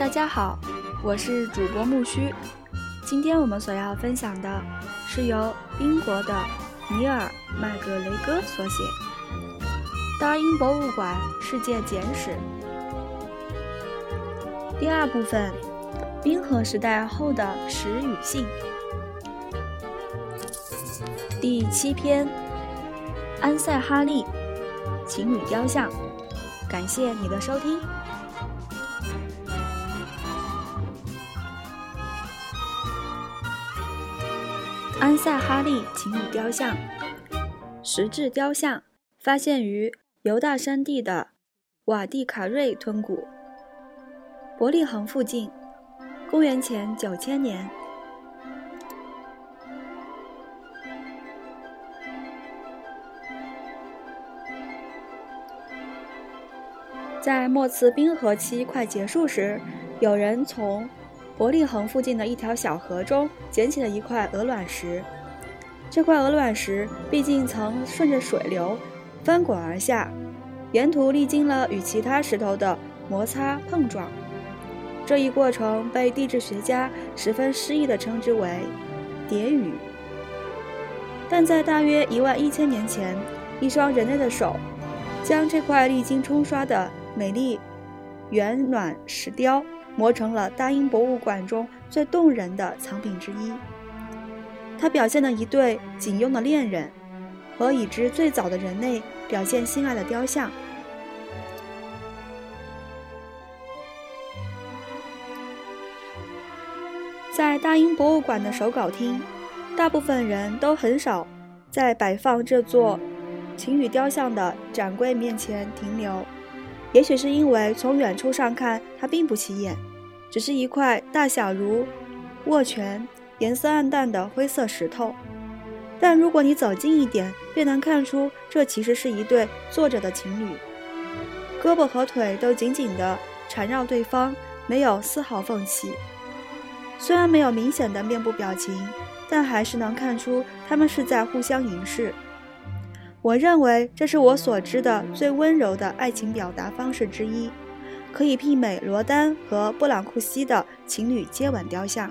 大家好，我是主播木须。今天我们所要分享的是由英国的尼尔·麦格雷戈所写《大英博物馆世界简史》第二部分：冰河时代后的史与性。第7篇：安塞哈利情侣雕像。感谢你的收听。安塞哈利情侣雕像，石质雕像，发现于犹大山地的瓦蒂卡瑞吞谷，伯利恒附近，公元前9000年。在末次冰河期快结束时，有人从伯利恒附近的一条小河中捡起了一块鹅卵石。这块鹅卵石毕竟曾顺着水流翻滚而下，沿途历经了与其他石头的摩擦碰撞。这一过程被地质学家十分诗意地称之为叠羽。但在大约11000年前，一双人类的手将这块历经冲刷的美丽圆卵石雕磨成了大英博物馆中最动人的藏品之一。它表现了一对仅用的恋人和已知最早的人类表现性爱的雕像。在大英博物馆的手稿厅，大部分人都很少在摆放这座情侣雕像的展柜面前停留。也许是因为从远处上看它并不起眼，只是一块大小如握拳、颜色暗淡的灰色石头。但如果你走近一点，便能看出这其实是一对坐着的情侣，胳膊和腿都紧紧地缠绕对方，没有丝毫缝隙。虽然没有明显的面部表情，但还是能看出他们是在互相凝视。我认为这是我所知的最温柔的爱情表达方式之一，可以媲美罗丹和布朗库西的情侣接吻雕像。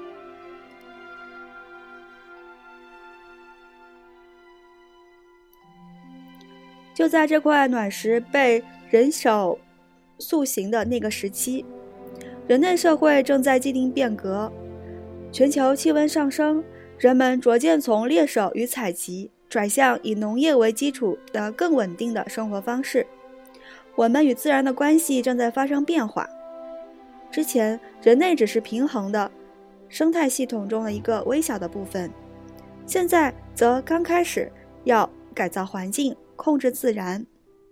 就在这块卵石被人手塑形的那个时期，人类社会正在经历变革，全球气温上升，人们逐渐从猎手与采集转向以农业为基础的更稳定的生活方式。我们与自然的关系正在发生变化。之前，人类只是平衡的生态系统中的一个微小的部分，现在则刚开始要改造环境，控制自然。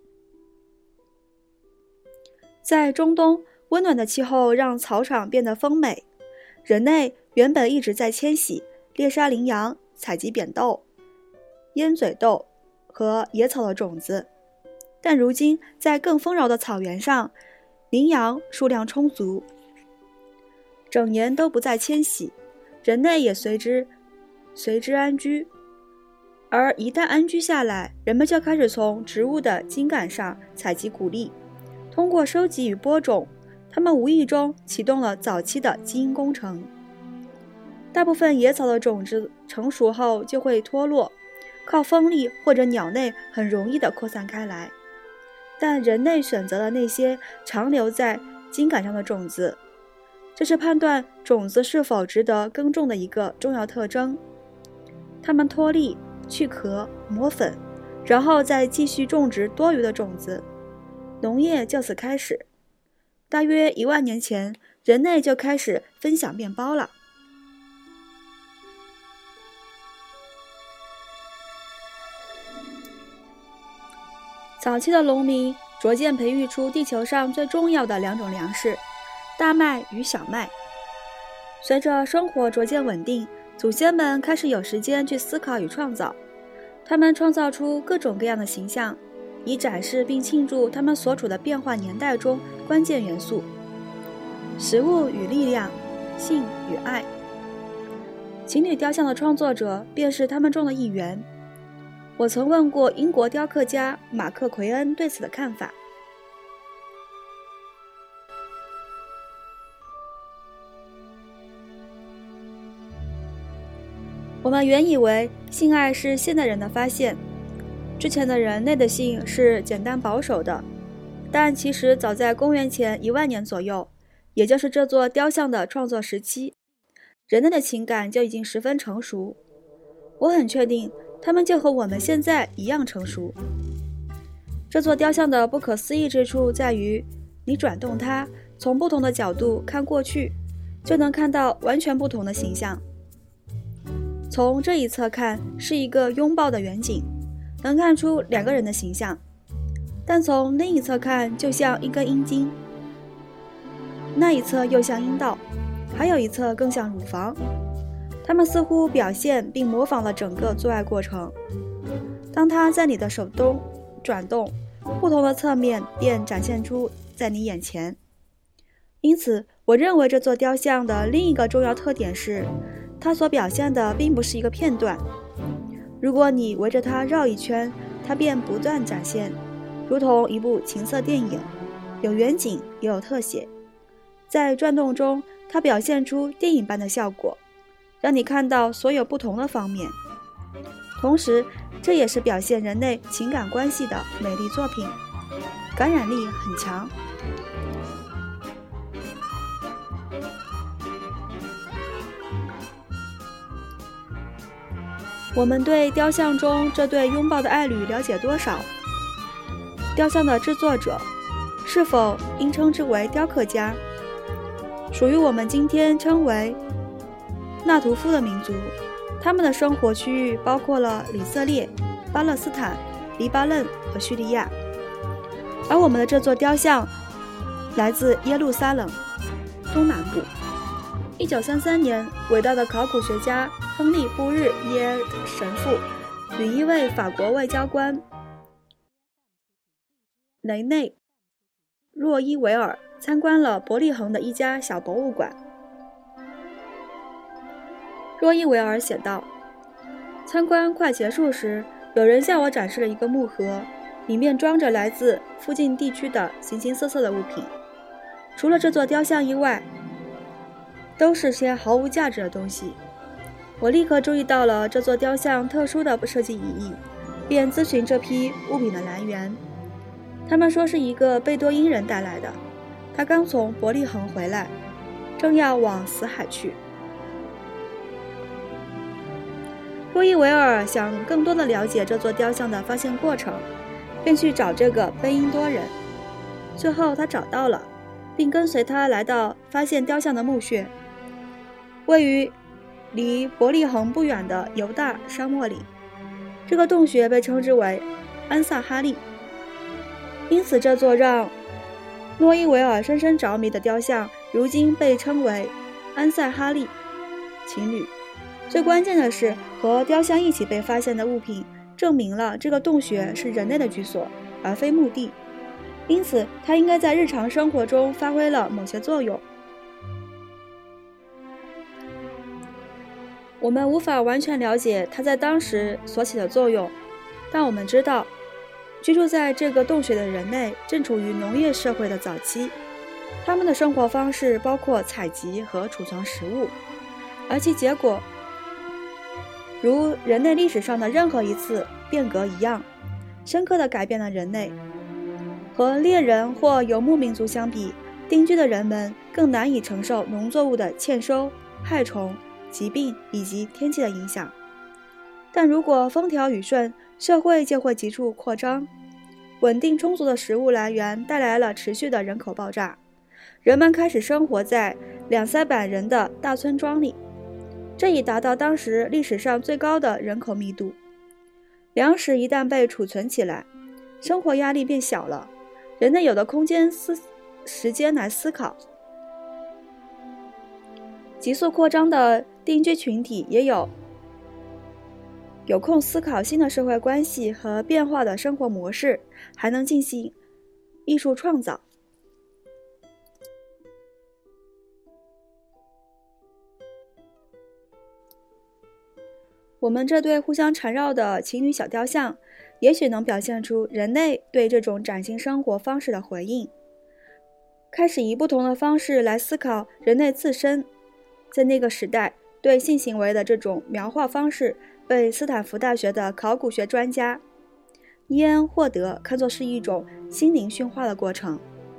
在中东，温暖的气候让草场变得丰美。人类原本一直在迁徙，猎杀羚羊，采集扁豆、烟嘴豆和野草的种子，但如今在更丰饶的草原上，羚羊数量充足，整年都不再迁徙，人类也随之安居。而一旦安居下来，人们就开始从植物的茎秆上采集谷粒，通过收集与播种，他们无意中启动了早期的基因工程。大部分野草的种子成熟后就会脱落，靠风力或者鸟类很容易地扩散开来，但人类选择了那些长留在茎秆上的种子，这是判断种子是否值得耕种的一个重要特征。它们脱粒、去壳、磨粉，然后再继续种植多余的种子，农业就此开始。大约10000年前，人类就开始分享面包了。早期的农民逐渐培育出地球上最重要的2种粮食，大麦与小麦。随着生活逐渐稳定，祖先们开始有时间去思考与创造。他们创造出各种各样的形象，以展示并庆祝他们所处的变化年代中关键元素：食物与力量，性与爱。情侣雕像的创作者便是他们中的一员。我曾问过英国雕刻家马克·奎恩对此的看法。 我们原以为性爱是现代人的发现，之前的人类的性是简单保守的，但其实早在公元前1万年左右，也就是这座雕像的创作时期，人类的情感就已经十分成熟。我很确定，他们就和我们现在一样成熟。这座雕像的不可思议之处在于，你转动它，从不同的角度看过去，就能看到完全不同的形象。从这一侧看是一个拥抱的远景，能看出2个人的形象，但从另一侧看就像一根阴茎，那一侧又像阴道，还有一侧更像乳房。它们似乎表现并模仿了整个做爱过程。当它在你的手中转动，不同的侧面便展现出在你眼前。因此，我认为这座雕像的另一个重要特点是，它所表现的并不是一个片段。如果你围着它绕一圈，它便不断展现，如同一部情色电影，有远景也有特写。在转动中，它表现出电影般的效果，让你看到所有不同的方面。同时，这也是表现人类情感关系的美丽作品，感染力很强。我们对雕像中这对拥抱的爱侣了解多少？雕像的制作者是否应称之为雕刻家？属于我们今天称为纳图夫的民族，他们的生活区域包括了以色列、巴勒斯坦、黎巴嫩和叙利亚，而我们的这座雕像来自耶路撒冷东南部。1933年，伟大的考古学家亨利·布日耶神父与一位法国外交官雷内·若伊维尔参观了伯利恒的一家小博物馆。若伊维尔写道，参观快结束时，有人向我展示了一个木盒，里面装着来自附近地区的形形色色的物品，除了这座雕像以外，都是些毫无价值的东西。我立刻注意到了这座雕像特殊的设计意义，便咨询这批物品的来源。他们说是一个贝多因人带来的，他刚从伯利恒回来，正要往死海去。洛伊维尔想更多地了解这座雕像的发现过程，便去找这个贝因多人。最后他找到了，并跟随他来到发现雕像的墓穴，位于离伯利恒不远的犹大沙漠里。这个洞穴被称之为安萨哈利，因此这座让诺伊维尔深深着迷的雕像如今被称为安塞哈利情侣。最关键的是，和雕像一起被发现的物品证明了这个洞穴是人类的居所，而非墓地，因此它应该在日常生活中发挥了某些作用。我们无法完全了解它在当时所起的作用，但我们知道，居住在这个洞穴的人类正处于农业社会的早期，他们的生活方式包括采集和储存食物，而其结果如人类历史上的任何一次变革一样，深刻地改变了人类。和猎人或游牧民族相比，定居的人们更难以承受农作物的欠收、害虫、疾病以及天气的影响。但如果风调雨顺，社会就会急速扩张。稳定充足的食物来源带来了持续的人口爆炸，人们开始生活在200-300人的大村庄里，这已达到当时历史上最高的人口密度。粮食一旦被储存起来，生活压力变小了，人类有了空间时间来思考。急速扩张的定居群体也有空思考新的社会关系和变化的生活模式，还能进行艺术创造。我们这对互相缠绕的情侣小雕像，也许能表现出人类对这种崭新生活方式的回应，开始以不同的方式来思考人类自身在那个时代对性行为的这种描画方式被斯坦福大学的考古学专家伊恩·霍德看作是一种心灵驯化的过程。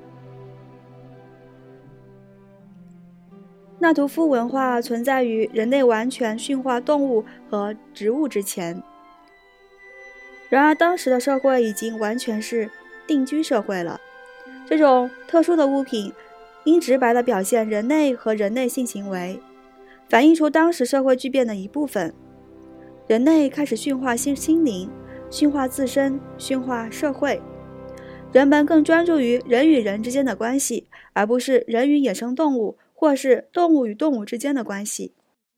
纳图夫文化存在于人类完全驯化动物和植物之前，然而当时的社会已经完全是定居社会了。这种特殊的物品应直白地表现人类和人类性行为，反映出当时社会巨变的一部分。人类开始驯化心灵，驯化自身，驯化社会。人们更专注于人与人之间的关系，而不是人与野生动物或是动物与动物之间的关系。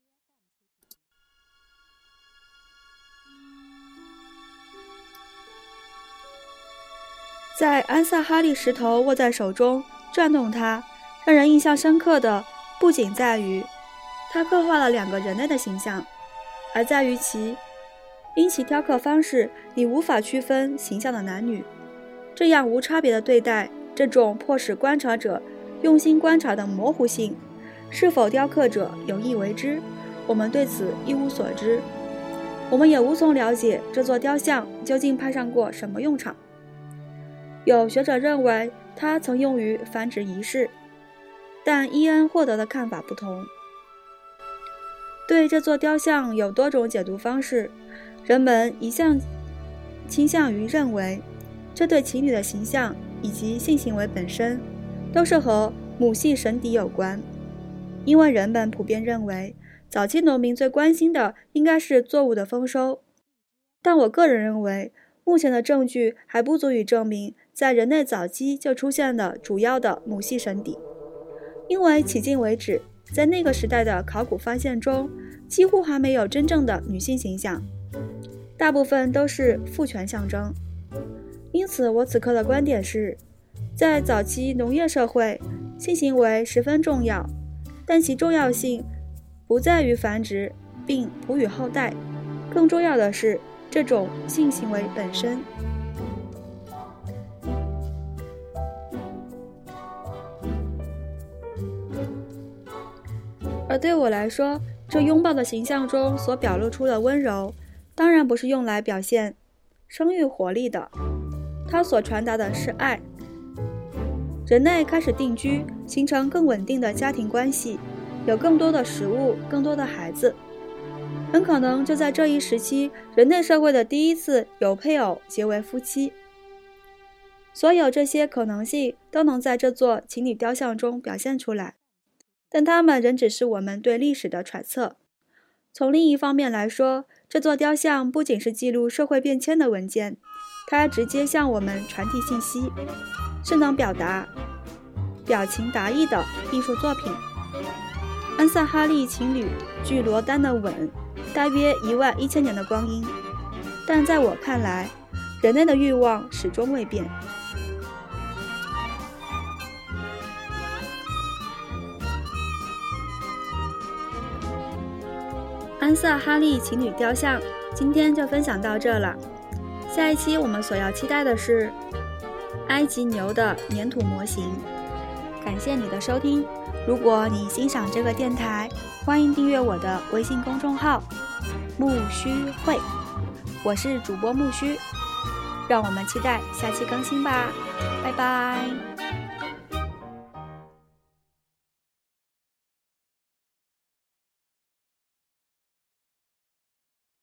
在安萨哈利石头握在手中转动它，让人印象深刻的不仅在于它刻画了2个人类的形象，而在于因其雕刻方式，你无法区分形象的男女。这样无差别的对待，这种迫使观察者用心观察的模糊性，是否雕刻者有意为之，我们对此一无所知。我们也无从了解这座雕像究竟派上过什么用场。有学者认为它曾用于繁殖仪式，但伊恩·霍德的看法不同。对这座雕像有多种解读方式，人们一向倾向于认为这对情侣的形象以及性行为本身都是和母系神邸有关，因为人们普遍认为早期农民最关心的应该是作物的丰收。但我个人认为，目前的证据还不足以证明在人类早期就出现了主要的母系神邸，因为迄今为止，在那个时代的考古发现中，几乎还没有真正的女性形象，大部分都是父权象征。因此我此刻的观点是，在早期农业社会，性行为十分重要，但其重要性不在于繁殖并哺育后代，更重要的是这种性行为本身。而对我来说，这拥抱的形象中所表露出的温柔，当然不是用来表现生育活力的，它所传达的是爱。人类开始定居，形成更稳定的家庭关系，有更多的食物，更多的孩子。很可能就在这一时期，人类社会的第一次有配偶结为夫妻。所有这些可能性都能在这座情侣雕像中表现出来，但它们仍只是我们对历史的揣测。从另一方面来说，这座雕像不仅是记录社会变迁的文件，它直接向我们传递信息，是能表情达意的艺术作品。安萨哈利情侣距罗丹的吻大约11000年的光阴，但在我看来，人类的欲望始终未变。安萨哈利情侣雕像今天就分享到这了，下一期我们所要期待的是埃及牛的粘土模型。感谢你的收听，如果你欣赏这个电台，欢迎订阅我的微信公众号木须会，我是主播木须，让我们期待下期更新吧，拜拜。